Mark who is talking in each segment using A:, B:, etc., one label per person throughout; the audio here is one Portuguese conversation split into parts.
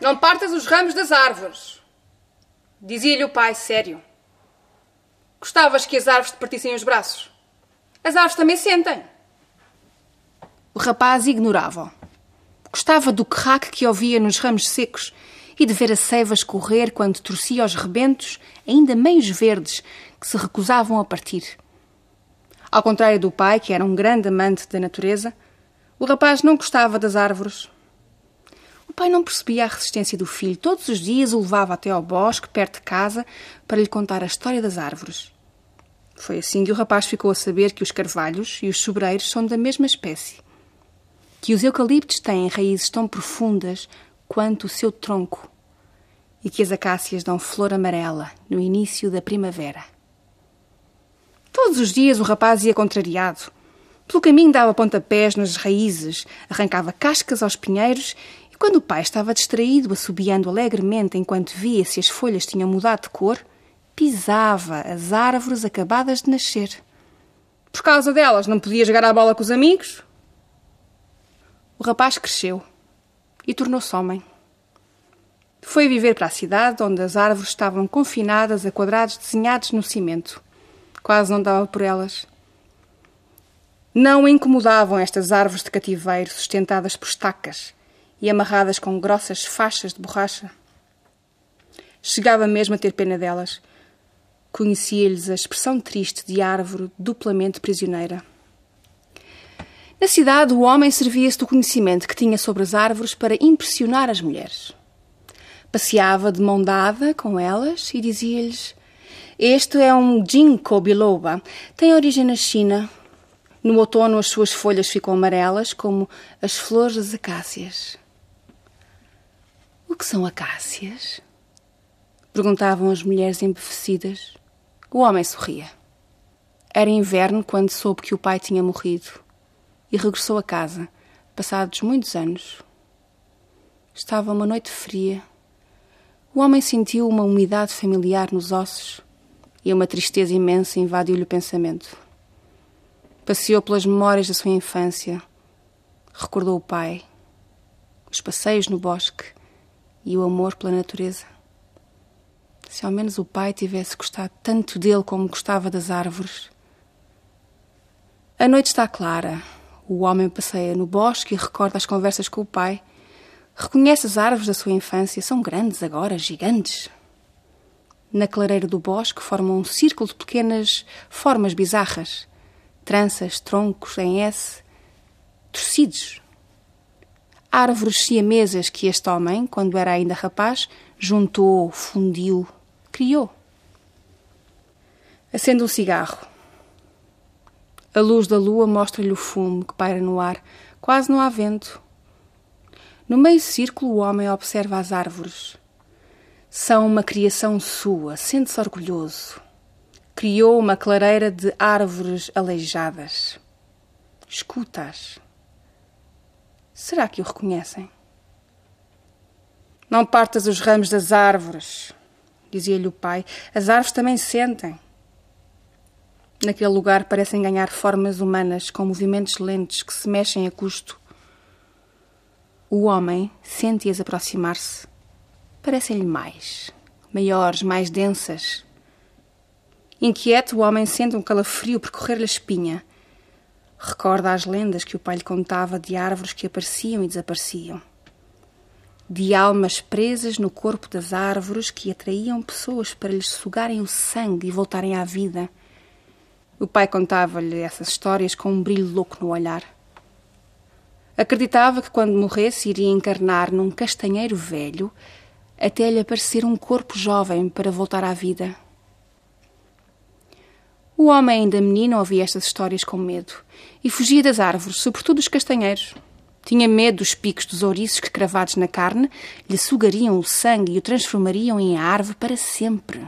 A: Não partas os ramos das árvores, dizia-lhe o pai, sério. Gostavas que as árvores te partissem os braços? As árvores também sentem. O rapaz ignorava-o. Gostava do querraque que ouvia nos ramos secos e de ver a seiva escorrer quando torcia os rebentos, ainda meios verdes, que se recusavam a partir. Ao contrário do pai, que era um grande amante da natureza, o rapaz não gostava das árvores. O pai não percebia a resistência do filho. Todos os dias o levava até ao bosque, perto de casa, para lhe contar a história das árvores. Foi assim que o rapaz ficou a saber que os carvalhos e os sobreiros são da mesma espécie, que os eucaliptos têm raízes tão profundas quanto o seu tronco e que as acácias dão flor amarela no início da primavera. Todos os dias o rapaz ia contrariado. Pelo caminho dava pontapés nas raízes, arrancava cascas aos pinheiros e quando o pai estava distraído, assobiando alegremente enquanto via se as folhas tinham mudado de cor, pisava as árvores acabadas de nascer. Por causa delas não podia jogar a bola com os amigos? O rapaz cresceu e tornou-se homem. Foi viver para a cidade, onde as árvores estavam confinadas a quadrados desenhados no cimento. Quase não dava por elas. Não o incomodavam estas árvores de cativeiro sustentadas por estacas e amarradas com grossas faixas de borracha. Chegava mesmo a ter pena delas. Conhecia-lhes a expressão triste de árvore duplamente prisioneira. Na cidade, o homem servia-se do conhecimento que tinha sobre as árvores para impressionar as mulheres. Passeava de mão dada com elas e dizia-lhes: "Este é um ginkgo biloba. Tem origem na China. No outono as suas folhas ficam amarelas como as flores das acácias." "O que são acácias?" perguntavam as mulheres embevecidas. O homem sorria. Era inverno quando soube que o pai tinha morrido e regressou a casa, passados muitos anos. Estava uma noite fria. O homem sentiu uma umidade familiar nos ossos e uma tristeza imensa invadiu-lhe o pensamento. Passeou pelas memórias da sua infância, recordou o pai, os passeios no bosque e o amor pela natureza. Se ao menos o pai tivesse gostado tanto dele como gostava das árvores. A noite está clara. O homem passeia no bosque e recorda as conversas com o pai. Reconhece as árvores da sua infância. São grandes agora, gigantes. Na clareira do bosque formam um círculo de pequenas formas bizarras. Tranças, troncos em S, torcidos. Árvores siamesas que este homem, quando era ainda rapaz, juntou, fundiu, criou. Acende um cigarro. A luz da lua mostra-lhe o fumo que paira no ar. Quase não há vento. No meio círculo, o homem observa as árvores. São uma criação sua, sente-se orgulhoso. Criou uma clareira de árvores aleijadas. Escuta-as. Será que o reconhecem? "Não partas os ramos das árvores", dizia-lhe o pai. "As árvores também sentem." Naquele lugar parecem ganhar formas humanas com movimentos lentos que se mexem a custo. O homem sente-as aproximar-se. Parecem-lhe maiores, mais densas. Inquieto, o homem sente um calafrio percorrer-lhe a espinha. Recorda as lendas que o pai lhe contava de árvores que apareciam e desapareciam. De almas presas no corpo das árvores que atraíam pessoas para lhes sugarem o sangue e voltarem à vida. O pai contava-lhe essas histórias com um brilho louco no olhar. Acreditava que quando morresse iria encarnar num castanheiro velho até lhe aparecer um corpo jovem para voltar à vida. O homem, ainda menino, ouvia estas histórias com medo e fugia das árvores, sobretudo dos castanheiros. Tinha medo dos picos dos ouriços que, cravados na carne, lhe sugariam o sangue e o transformariam em árvore para sempre.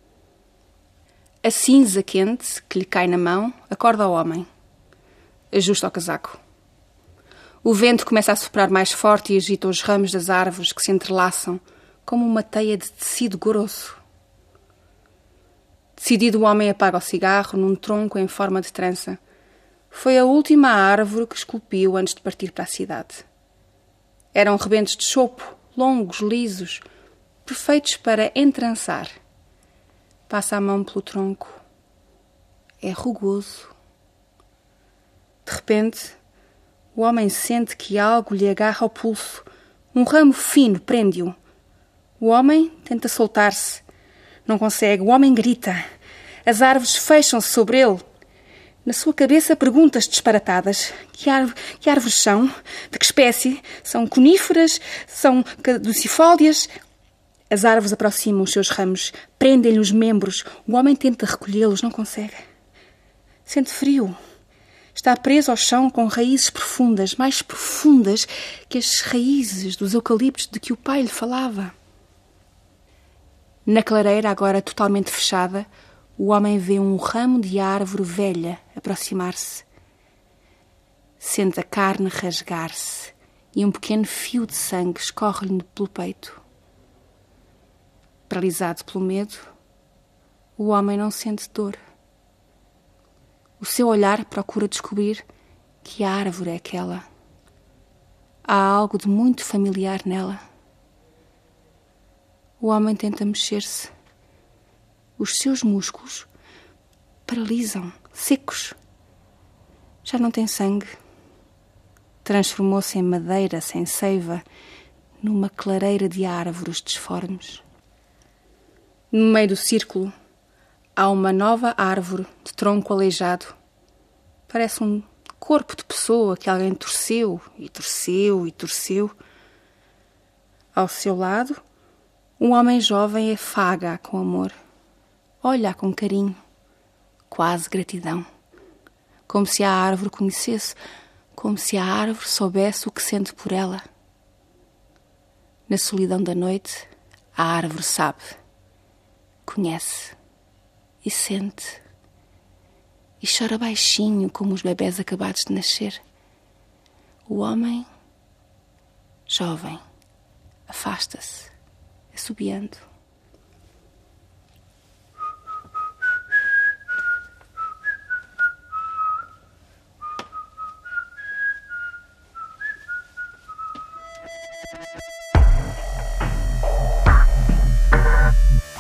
A: A cinza quente, que lhe cai na mão, acorda o homem. Ajusta o casaco. O vento começa a soprar mais forte e agita os ramos das árvores que se entrelaçam como uma teia de tecido grosso. Decidido, o homem apaga o cigarro num tronco em forma de trança. Foi a última árvore que esculpiu antes de partir para a cidade. Eram rebentos de chopo, longos, lisos, perfeitos para entrançar. Passa a mão pelo tronco. É rugoso. De repente, o homem sente que algo lhe agarra ao pulso. Um ramo fino prende-o. O homem tenta soltar-se. Não consegue. O homem grita. As árvores fecham-se sobre ele. Na sua cabeça, perguntas disparatadas. Que árvores são? De que espécie? São coníferas? São caducifólias? As árvores aproximam os seus ramos, prendem-lhe os membros. O homem tenta recolhê-los, não consegue. Sente frio. Está preso ao chão com raízes profundas, mais profundas que as raízes dos eucaliptos de que o pai lhe falava. Na clareira, agora totalmente fechada, o homem vê um ramo de árvore velha aproximar-se. Sente a carne rasgar-se e um pequeno fio de sangue escorre-lhe pelo peito. Paralisado pelo medo, o homem não sente dor. O seu olhar procura descobrir que árvore é aquela. Há algo de muito familiar nela. O homem tenta mexer-se. Os seus músculos paralisam, secos. Já não tem sangue. Transformou-se em madeira sem seiva, numa clareira de árvores disformes. No meio do círculo, há uma nova árvore de tronco aleijado. Parece um corpo de pessoa que alguém torceu e torceu e torceu. Ao seu lado, um homem jovem afaga-a com amor. Olha-a com carinho, quase gratidão. Como se a árvore conhecesse, como se a árvore soubesse o que sente por ela. Na solidão da noite, a árvore sabe, conhece e sente. E chora baixinho como os bebés acabados de nascer. O homem, jovem, afasta-se, assobiando.